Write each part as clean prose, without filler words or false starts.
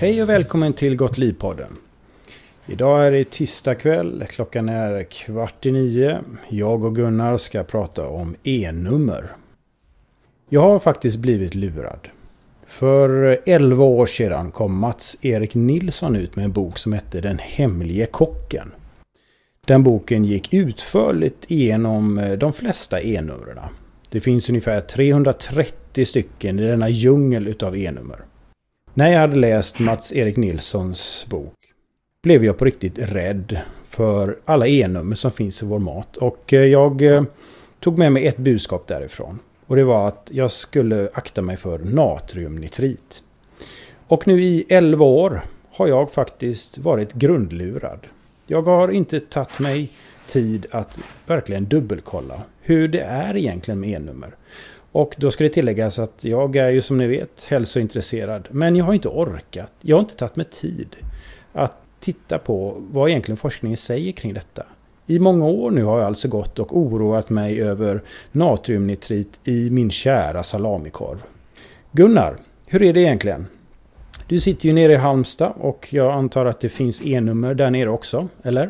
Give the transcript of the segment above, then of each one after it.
Hej och välkommen till Gott Liv-podden. Idag är det tisdag kväll, klockan är 8:15. Jag och Gunnar ska prata om E-nummer. Jag har faktiskt blivit lurad. För 11 år sedan kom Mats-Erik Nilsson ut med en bok som hette Den hemlige kocken. Den boken gick utförligt igenom de flesta E-numren. Det finns ungefär 330 stycken i denna djungel utav E-nummer. När jag hade läst Mats-Erik Nilssons bok blev jag på riktigt rädd för alla E-nummer som finns i vår mat. Och jag tog med mig ett budskap därifrån. Och det var att jag skulle akta mig för natriumnitrit. Och nu i 11 år har jag faktiskt varit grundlurad. Jag har inte tagit mig tid att verkligen dubbelkolla hur det är egentligen med E-nummer. Och då ska det tilläggas att jag är ju som ni vet hälsointresserad. Men jag har inte orkat, jag har inte tagit mig tid att titta på vad egentligen forskningen säger kring detta. I många år nu har jag alltså gått och oroat mig över natriumnitrit i min kära salamikorv. Gunnar, hur är det egentligen? Du sitter ju nere i Halmstad och jag antar att det finns E-nummer där nere också, eller?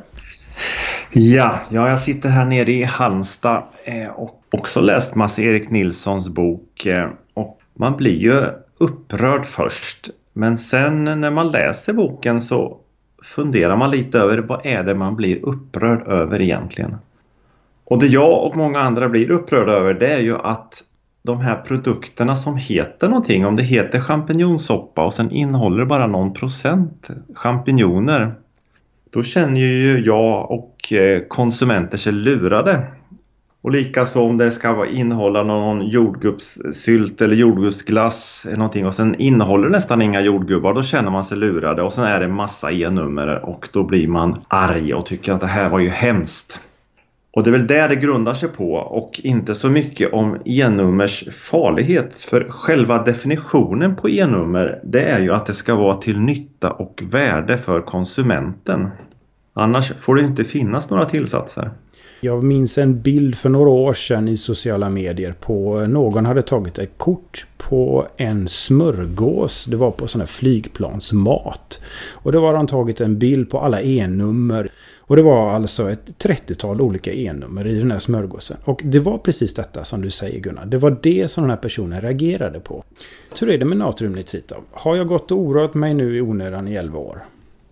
Ja, jag sitter här nere i Halmstad och också läst Mats-Erik Nilssons bok. Och man blir ju upprörd först. Men sen när man läser boken så funderar man lite över vad är det man blir upprörd över egentligen. Och det jag och många andra blir upprörda över, det är ju att de här produkterna som heter någonting, om det heter champinjonsoppa och sen innehåller bara någon procent champinjoner, då känner ju jag och konsumenter sig lurade. Och likaså om det ska innehålla någon jordgubbssylt eller jordgubbsglass eller någonting och sen innehåller nästan inga jordgubbar, då känner man sig lurade. Och sen är det massa E-nummer och då blir man arg och tycker att det här var ju hemskt. Och det är väl där det grundar sig på och inte så mycket om E-nummers farlighet. För själva definitionen på E-nummer, det är ju att det ska vara till nytta och värde för konsumenten. Annars får det inte finnas några tillsatser. Jag minns en bild för några år sedan i sociala medier på någon hade tagit ett kort på en smörgås. Det var på sån här flygplansmat. Och det var han tagit en bild på alla E-nummer. Och det var alltså ett 30-tal olika E-nummer i den här smörgåsen. Och det var precis detta som du säger, Gunnar. Det var det som den här personen reagerade på. Hur är det med natriumnitrit då? Har jag gått och oroat mig nu i onödan i 11 år?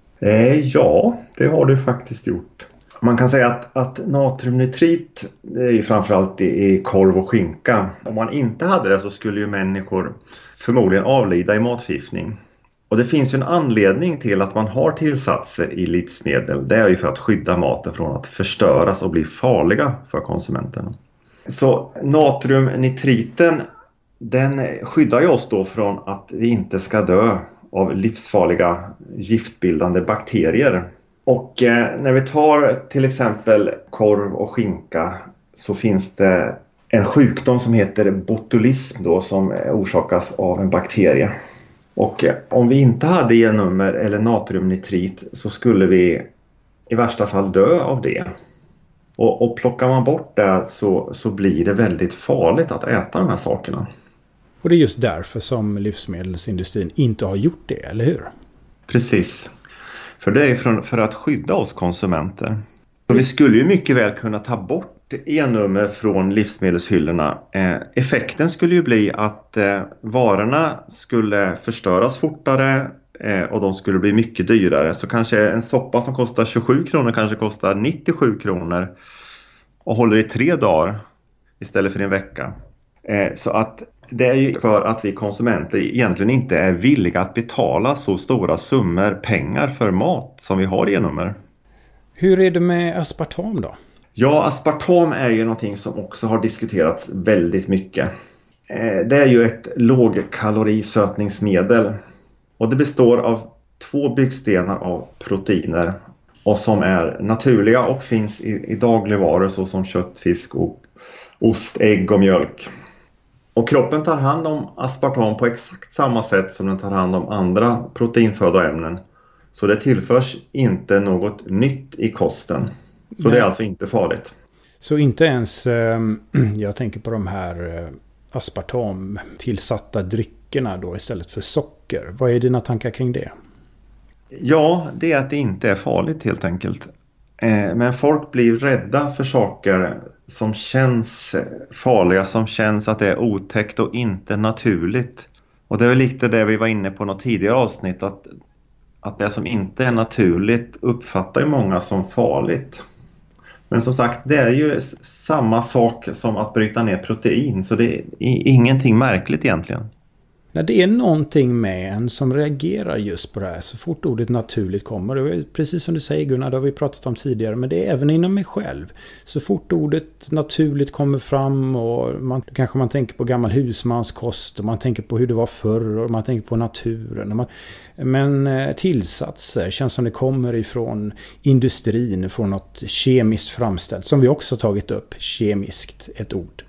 Ja, det har du faktiskt gjort. Man kan säga att natriumnitrit är ju framförallt i korv och skinka. Om man inte hade det så skulle ju människor förmodligen avlida i matförgiftning. Och det finns ju en anledning till att man har tillsatser i livsmedel. Det är ju för att skydda maten från att förstöras och bli farliga för konsumenten. Så natriumnitriten, den skyddar ju oss då från att vi inte ska dö av livsfarliga giftbildande bakterier. Och när vi tar till exempel korv och skinka så finns det en sjukdom som heter botulism då, som orsakas av en bakterie. Och om vi inte hade E-nummer eller natriumnitrit så skulle vi i värsta fall dö av det. Och plockar man bort det så blir det väldigt farligt att äta de här sakerna. Och det är just därför som livsmedelsindustrin inte har gjort det, eller hur? Precis. För det är för att skydda oss konsumenter. Så vi skulle ju mycket väl kunna ta bort E-nummer från livsmedelshyllorna. Effekten skulle ju bli att varorna skulle förstöras fortare och de skulle bli mycket dyrare. Så kanske en soppa som kostar 27 kronor kanske kostar 97 kronor och håller i 3 dagar istället för en vecka. Så att det är ju för att vi konsumenter egentligen inte är villiga att betala så stora summor pengar för mat som vi har E-nummer. Hur är det med aspartam då? Ja, aspartam är ju någonting som också har diskuterats väldigt mycket. Det är ju ett lågkalorisötningsmedel och det består av 2 byggstenar av proteiner och som är naturliga och finns i dagligvaror såsom kött, fisk, och ost, ägg och mjölk. Och kroppen tar hand om aspartam på exakt samma sätt som den tar hand om andra proteinfödoämnen. Så det tillförs inte något nytt i kosten. Så det är alltså inte farligt. Så inte ens, jag tänker på de här aspartam tillsatta dryckerna då istället för socker. Vad är dina tankar kring det? Ja, det är att det inte är farligt helt enkelt. Men folk blir rädda för saker som känns farliga, som känns att det är otäckt och inte naturligt. Och det är väl lite det vi var inne på något tidigare avsnitt, att det som inte är naturligt uppfattar ju många som farligt. Men som sagt, det är ju samma sak som att bryta ner protein, så det är ingenting märkligt egentligen. När det är någonting med en som reagerar just på det här så fort ordet naturligt kommer, det är precis som du säger Gunnar, det har vi pratat om tidigare, men det är även inom mig själv. Så fort ordet naturligt kommer fram och kanske man tänker på gammal husmanskost och man tänker på hur det var förr och man tänker på naturen. Men tillsatser känns som det kommer ifrån industrin, från något kemiskt framställt, som vi också tagit upp, kemiskt, ett ord.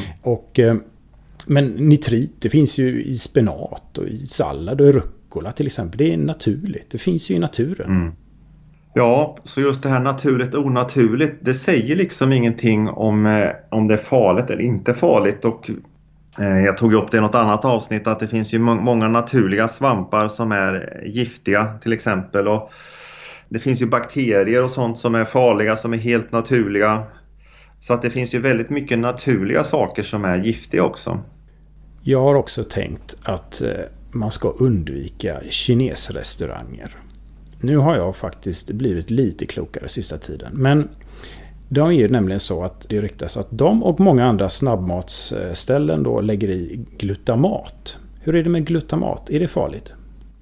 Men nitrit, det finns ju i spenat och i sallad och i rucola till exempel. Det är naturligt, det finns ju i naturen. Ja, så just det här naturligt och onaturligt, det säger liksom ingenting om det är farligt eller inte farligt. Och jag tog upp det i något annat avsnitt att det finns ju många naturliga svampar som är giftiga till exempel. Och det finns ju bakterier och sånt som är farliga, som är helt naturliga. Så att det finns ju väldigt mycket naturliga saker som är giftiga också. Jag har också tänkt att man ska undvika kinesrestauranger. Nu har jag faktiskt blivit lite klokare sista tiden. Men det är ju nämligen så att det ryktas att de och många andra snabbmatsställen då lägger i glutamat. Hur är det med glutamat? Är det farligt?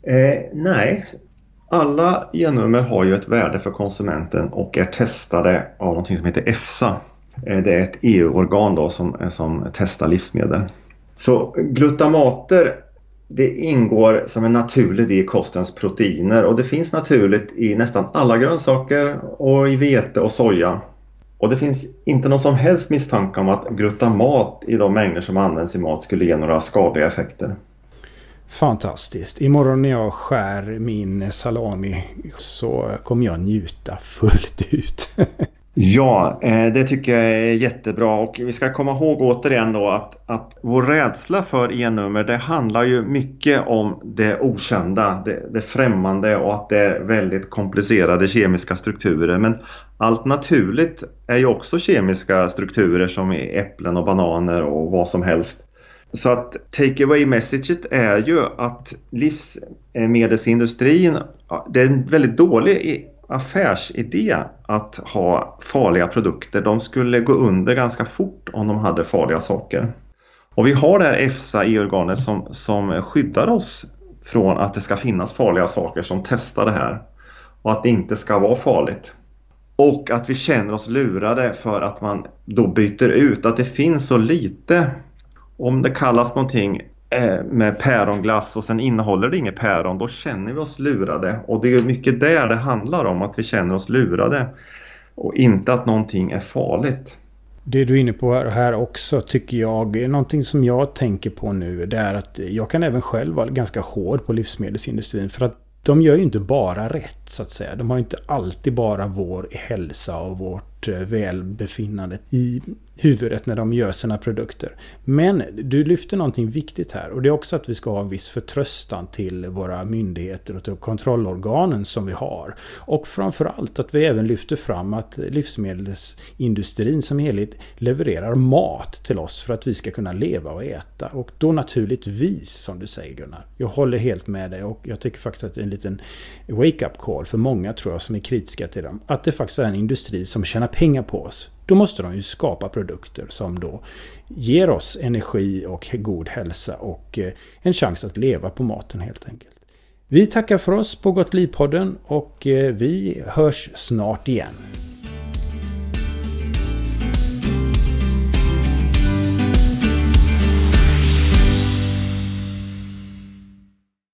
Nej. Alla E-nummer har ju ett värde för konsumenten och är testade av något som heter EFSA. Det är ett EU-organ då som testar livsmedel. Så glutamater, det ingår som en naturlig del i kostens proteiner och det finns naturligt i nästan alla grönsaker och i vete och soja. Och det finns inte någon som helst misstanke om att glutamat i de mängder som används i mat skulle ge några skadliga effekter. Fantastiskt. Imorgon när jag skär min salami så kommer jag njuta fullt ut. Ja, det tycker jag är jättebra och vi ska komma ihåg återigen då att vår rädsla för E-nummer, det handlar ju mycket om det okända, det främmande och att det är väldigt komplicerade kemiska strukturer. Men allt naturligt är ju också kemiska strukturer som är äpplen och bananer och vad som helst. Så att take away messaget är ju att livsmedelsindustrin, det är en väldigt dålig affärsidé att ha farliga produkter. De skulle gå under ganska fort om de hade farliga saker. Och vi har det här EFSA, EU-organet som skyddar oss från att det ska finnas farliga saker, som testar det här. Och att det inte ska vara farligt. Och att vi känner oss lurade för att man då byter ut att det finns så lite. Om det kallas någonting med päronglass och sen innehåller det inget päron, då känner vi oss lurade. Och det är mycket där det handlar om, att vi känner oss lurade och inte att någonting är farligt. Det du är inne på här också tycker jag är någonting som jag tänker på nu. Det är att jag kan även själv vara ganska hård på livsmedelsindustrin, för att de gör ju inte bara rätt så att säga. De har inte alltid bara vår hälsa och vårt välbefinnande i huvudet när de gör sina produkter. Men du lyfter någonting viktigt här, och det är också att vi ska ha en viss förtröstan till våra myndigheter och till kontrollorganen som vi har. Och framförallt att vi även lyfter fram att livsmedelsindustrin som helhet levererar mat till oss för att vi ska kunna leva och äta. Och då naturligtvis, som du säger Gunnar, jag håller helt med dig, och jag tycker faktiskt att det är en liten wake-up call för många, tror jag, som är kritiska till dem. Att det faktiskt är en industri som tjänar pengar på oss. Då måste de ju skapa produkter som då ger oss energi och god hälsa och en chans att leva på maten helt enkelt. Vi tackar för oss på Gott Liv-podden och vi hörs snart igen.